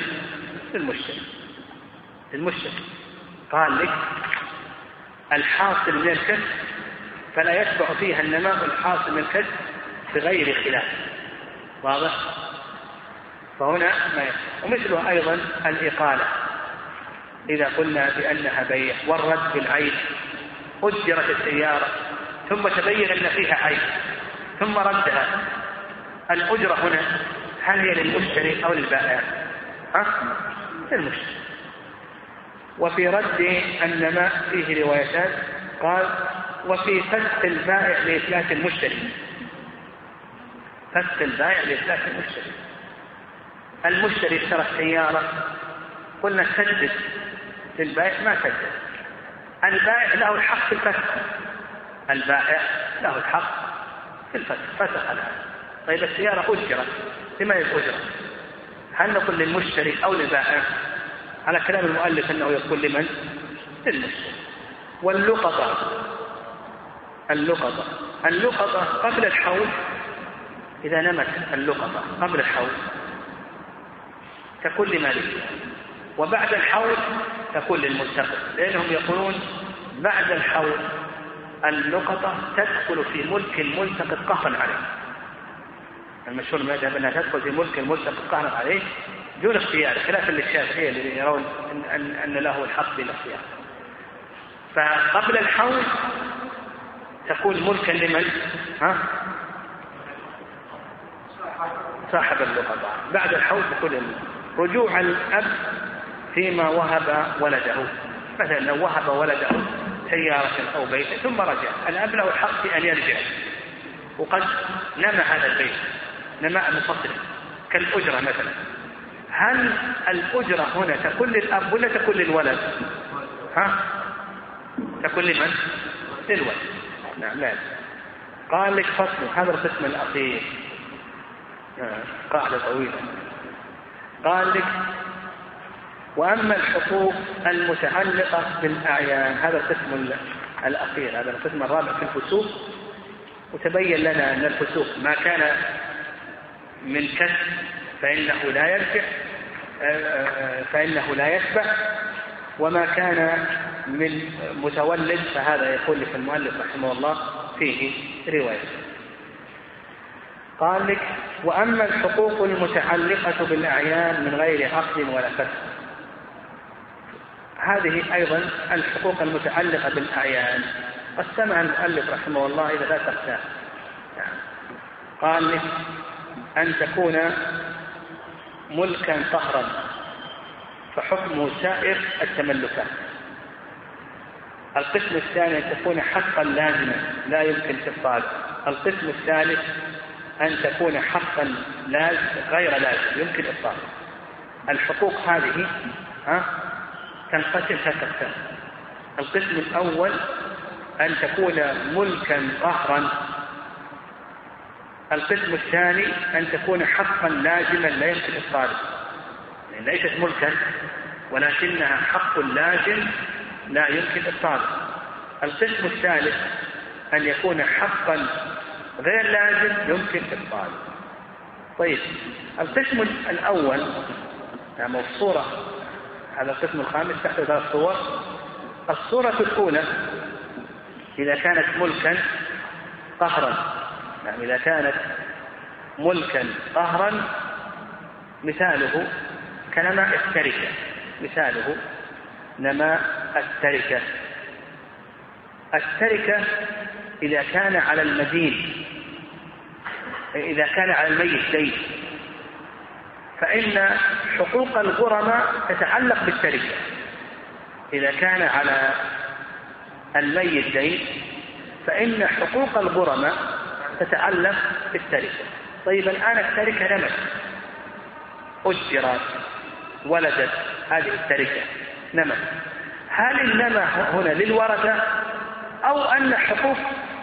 المشتري. قال لك الحاصل من الكسب فلا يتبع فيها النماء الحاصل من الكسب بغير خلاف. واضح؟ فهنا ما يتبع. ومثله أيضا الإقالة، إذا قلنا بأنها بيع والرد بالعيب، أجرت السيارة ثم تبين أن فيها عيب ثم ردها، الأجرة هنا هل هي للمشتري أو للبائع؟ للمشتري. وفي رد النماء فيه روايتان، قال وفي فسخ البائع لإفلاس المشتري. فسخ البائع لإفلاس المشتري، المشتري اشترى السيارة قلنا سدد للبائع ما سدد، البائع له الحق في الفسخ، البائع له الحق في الفسخ، فسخ الآن. طيب السيارة أجرت، لما الأجرة؟ هل نقول للمشتري أو للبائع؟ على كلام المؤلف أنه يقول لمن؟ للمشتري. اللقطة قبل الحول، إذا نمت اللقطة قبل الحول تكون لمالك، وبعد الحول تكون للمنتقد، لأنهم يقولون بعد الحول اللقطة تدخل في ملك المنتقد قهرا عليه. المشهور المذهب أنها تدخل في ملك المنتقد قهرا عليه دون اختيار، خلافا للشافعية الذين يرون أن له الحق بالاختيار. فقبل الحول تكون ملكا لمن؟ صاحب اللقطة. بعد الحول تكون رجوع الأب فيما وهب ولده، مثلا لو وهب ولده سيارة أو بيتا ثم رجع، الأب له الحق في أن يرجع، وقد نمى هذا البيت نماء منفصل كالأجرة مثلا. هل الأجرة هنا تكون للأب ولا تكون للولد؟ تكون لمن؟ للولد. نعم. لا. قال لك فصل، هذا القسم الأخير قاعدة طويلة. قال لك وأما الحقوق المتعلقة بالأعيان، هذا القسم الأخير، هذا القسم الرابع في الفسوق. وتبين لنا أن الفسوق ما كان من كسب فإنه لا يرجع، فإنه لا يتبع، وما كان من متولد فهذا يقول لك المؤلف رحمه الله فيه رواية. قال لك وأما الحقوق المتعلقة بالأعيان من غير عقد ولا فسخ، هذه أيضا الحقوق المتعلقة بالأعيان قسمها المؤلف رحمه الله إلى 3 أقسام. قال لك أن تكون ملكا قهرا فحكمه سائر التملكات، القسم الثاني أن تكون حقا لازما لا يمكن إبطاله. القسم الثالث أن تكون حقا غير لازم يمكن إبطاله. الحقوق هذه تنقسم ثلاثة أقسام. القسم الأول أن تكون ملكا قهرا. القسم الثاني أن تكون حقا لازما لا يمكن إبطاله، يعني ليست ملكا ولكنها حق لازم لا يمكن إبطاله. القسم الثالث أن يكون حقا غير لازم يمكن إبطاله. طيب القسم الأول يعني الصورة، هذا القسم الخامس تحت 3 صور. الصورة الأولى إذا كانت ملكا قهرا، يعني إذا كانت ملكا قهرا مثاله كنماء التركة، مثاله نماء التركة. التركة إذا كان على المدين، إذا كان على الميت دين، فإن حقوق الغرماء تتعلق بالتركة. إذا كان على الميت دين فإن حقوق الغرماء تتعلق بالتركة. طيب الآن التركة نمت، أجرت، ولدت، هذه التركة نمت. هل النمى هنا للورثة أو أن حقوق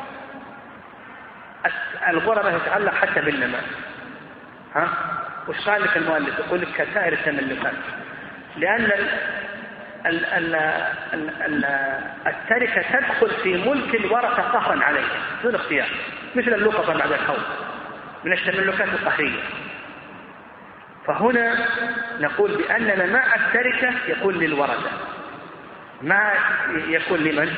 الغرماء تتعلق حتى بالنمى؟ وش قال لك المؤلف؟ يقول لك كسائر التملكات، لأن التركة تدخل في ملك الورثة قهرا عليه دون اختيار، مثل اللقطة بعد الحول من التملكات القهرية. فهنا نقول بأن نماء التركة يكون للورثة، ما يكون لمن؟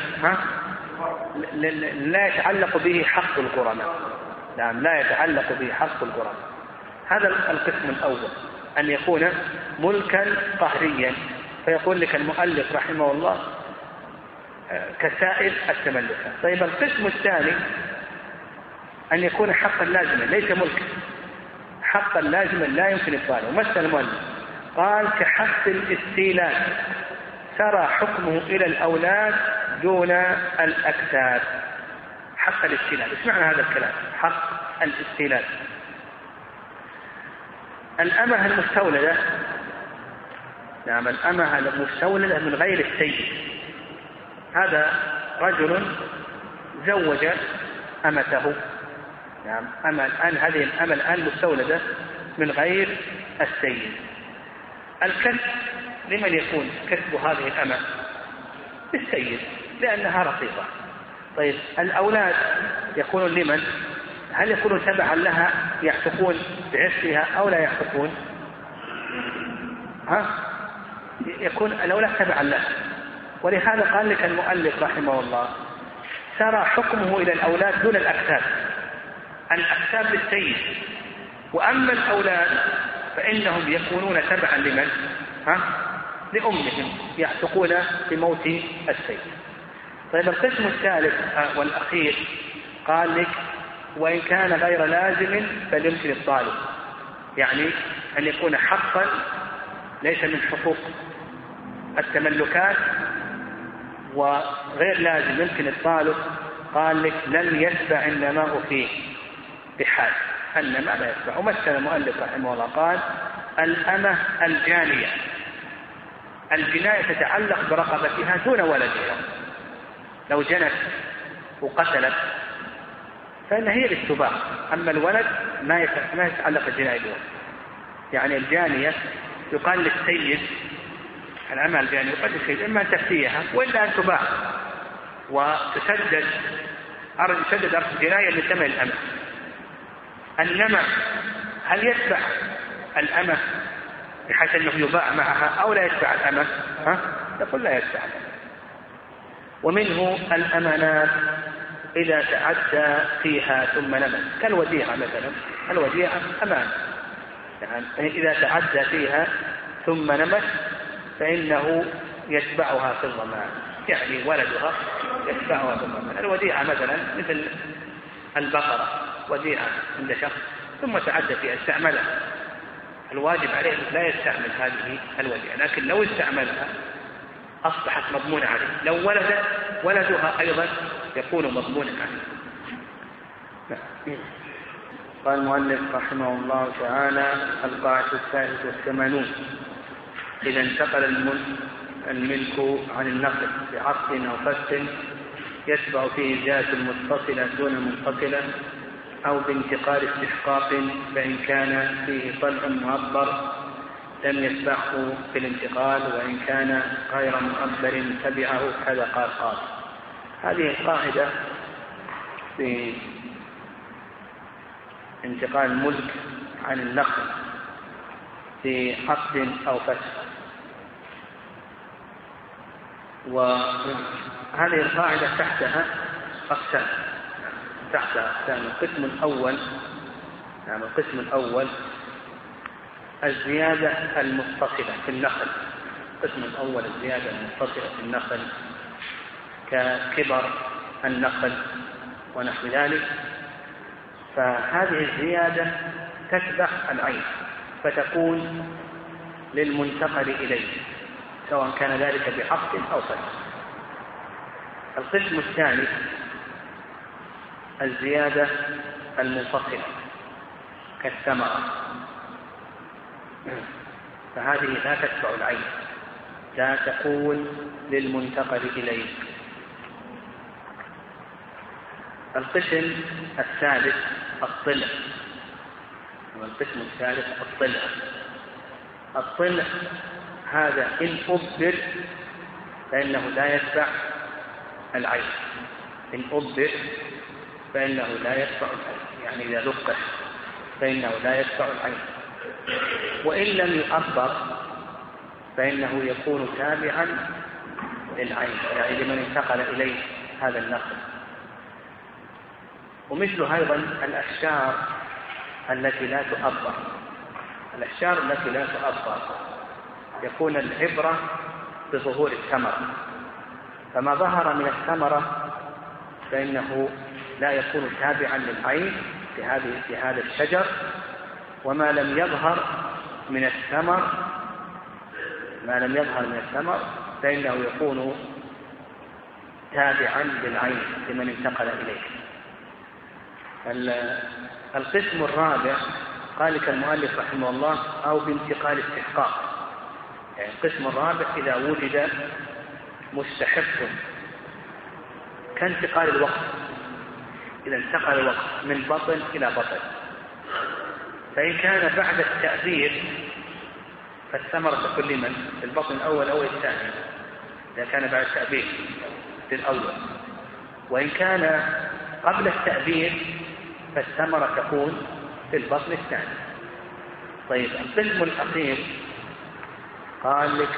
لا يتعلق به حق الغرماء. نعم، لا يتعلق به حق الغرماء. هذا القسم الأول، أن يكون ملكا قهريا. فيقول لك المؤلف رحمه الله كسائر التملكات. طيب القسم الثاني أن يكون حقا لازما ليس ملكا، حقا لازما لا يمكن إبطاله. مثل المؤلف قال كحق الاستيلاد سرى حكمه إلى الأولاد دون الأكتاب. حق الاستيلاد، ايش معنى هذا الكلام؟ حق الاستيلاد، الأمة المستولدة، نعم الأمة المستولدة من غير السيد. هذا رجل زوج أمته، نعم هذه الأمة الآن مستولدة من غير السيد. الكسب لمن يكون كسب هذه الأمة؟ للسيد لأنها رقيقة. طيب الأولاد يكونون لمن؟ هل يكونون تبعا لها يعتقون بعفها أو لا يعتقون؟ يكون الأولاد تبعا لها. ولهذا قال لك المؤلف رحمه الله سرى حكمه إلى الأولاد دون الأكتاب. الأكتاب للسيد، وأما الأولاد فإنهم يكونون تبعا لمن؟ لأمهم، يعتقون بموت السيد. طيب القسم الثالث والأخير قال لك وإن كان غير لازم فليمكن إبطاله، يعني أن يكون حقا ليس من حقوق التملكات وغير لازم يمكن إبطاله. قال لك لم يتبع النماء فيه بحال، النماء لا يتبع. ومثل المؤلف رحمه الله قال الأمة الجانية، الجناية تتعلق برقبتها دون ولدها. لو جنت وقتلت فإن هي للسباق، أما الولد ما يتعلق الجناية به. يعني الجانية يقال للسيد، الأمة الجانية يقال للسيد إما أن تفتيها وإلا أن تباع وتسدد أرض الجناية لثمن الأمة. النمى هل يتبع الأمة بحيث أنه يباع معها أو لا يتبع الأمة؟ يقول لا يتبع. ومنه الأمانات إذا تعدى فيها ثم نمت، كالوديعة مثلا. الوديعة أمانة، يعني إذا تعدى فيها ثم نمت فإنه يتبعها في الضمان، يعني ولدها يتبعها في الضمان. الوديعة مثلا مثل البقرة، وديعة عند شخص ثم تعدى فيها استعملها، الواجب عليه لا يستعمل هذه الوديعة، لكن لو استعملها أصبحت مضمونة عليه. لو ولدها أيضا يكون مضمونا عليه. قال المؤلف رحمه الله تعالى: القاعدة 83. إذا انتقل الملك عن النقل بعقد أو فسخ يتبع فيه جهة المتصلة دون المنفصلة، أو بانتقال استحقاق، فإن كان فيه طلع معبر لم يتبعه في الانتقال، وإن كان غير معبر تبعه، هذا قال. هذه القاعدة في انتقال الملك عن النقل في عقد أو فسخ. وهذه القاعدة تحتها أقسام. القسم الأول الزيادة المتصلة في النقل. القسم الأول الزيادة المتصلة في النقل ككبر النقل ونحو ذلك، فهذه الزيادة تتبع العين فتكون للمنتقل إليه، سواء كان ذلك بعقد أو فسخ. القسم الثاني الزيادة المنفصلة كالثمرة، فهذه لا تتبع العين، لا تكون للمنتقل إليه. القسم الثالث الطلع. الطلع هذا إن أبر فإنه لا يتبع العين. يعني إذا لقح فإنه لا يتبع العين. وإن لم يعبر فإنه يكون تابعا للعين، يعني لمن انتقل إليه هذا النقل. ومثل أيضا الأشجار التي لا تؤبر. يكون العبرة بظهور الثمرة، فما ظهر من الثمرة فإنه لا يكون تابعا للعين في هذا الشجر، وما لم يظهر من الثمر فإنه يكون تابعا للعين لمن انتقل إليه. القسم الرابع قال لك المؤلف رحمه الله: أو بانتقال استحقاق. يعني القسم الرابع إذا وجد مستحق كانتقال الوقت، إذا انتقل الوقت من بطن إلى بطن، فإن كان بعد التأبير فالثمرة تكون لمن؟ البطن الأول أو الثاني، إذا كان بعد التأبير للأول. وإن كان قبل التأبير فالثمرة تكون في البطن الثاني. طيب القسم الأخير قال لك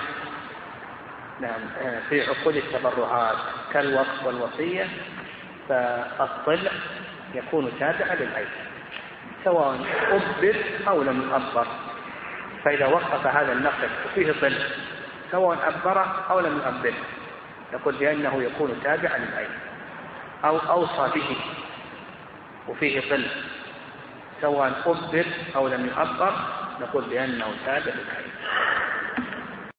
في عقود التبرعات كالوقف والوصية، فالطلع يكون تابعا للعين سواء أبر أو لم يؤبر. فإذا وقف هذا النقل وفيه طلع سواء أبر أو لم يؤبر نقول بأنه يكون تابعا للعين، أو أوصى به وفيه طلع سواء أبر أو لم يؤبر نقول بأنه تابع للعين.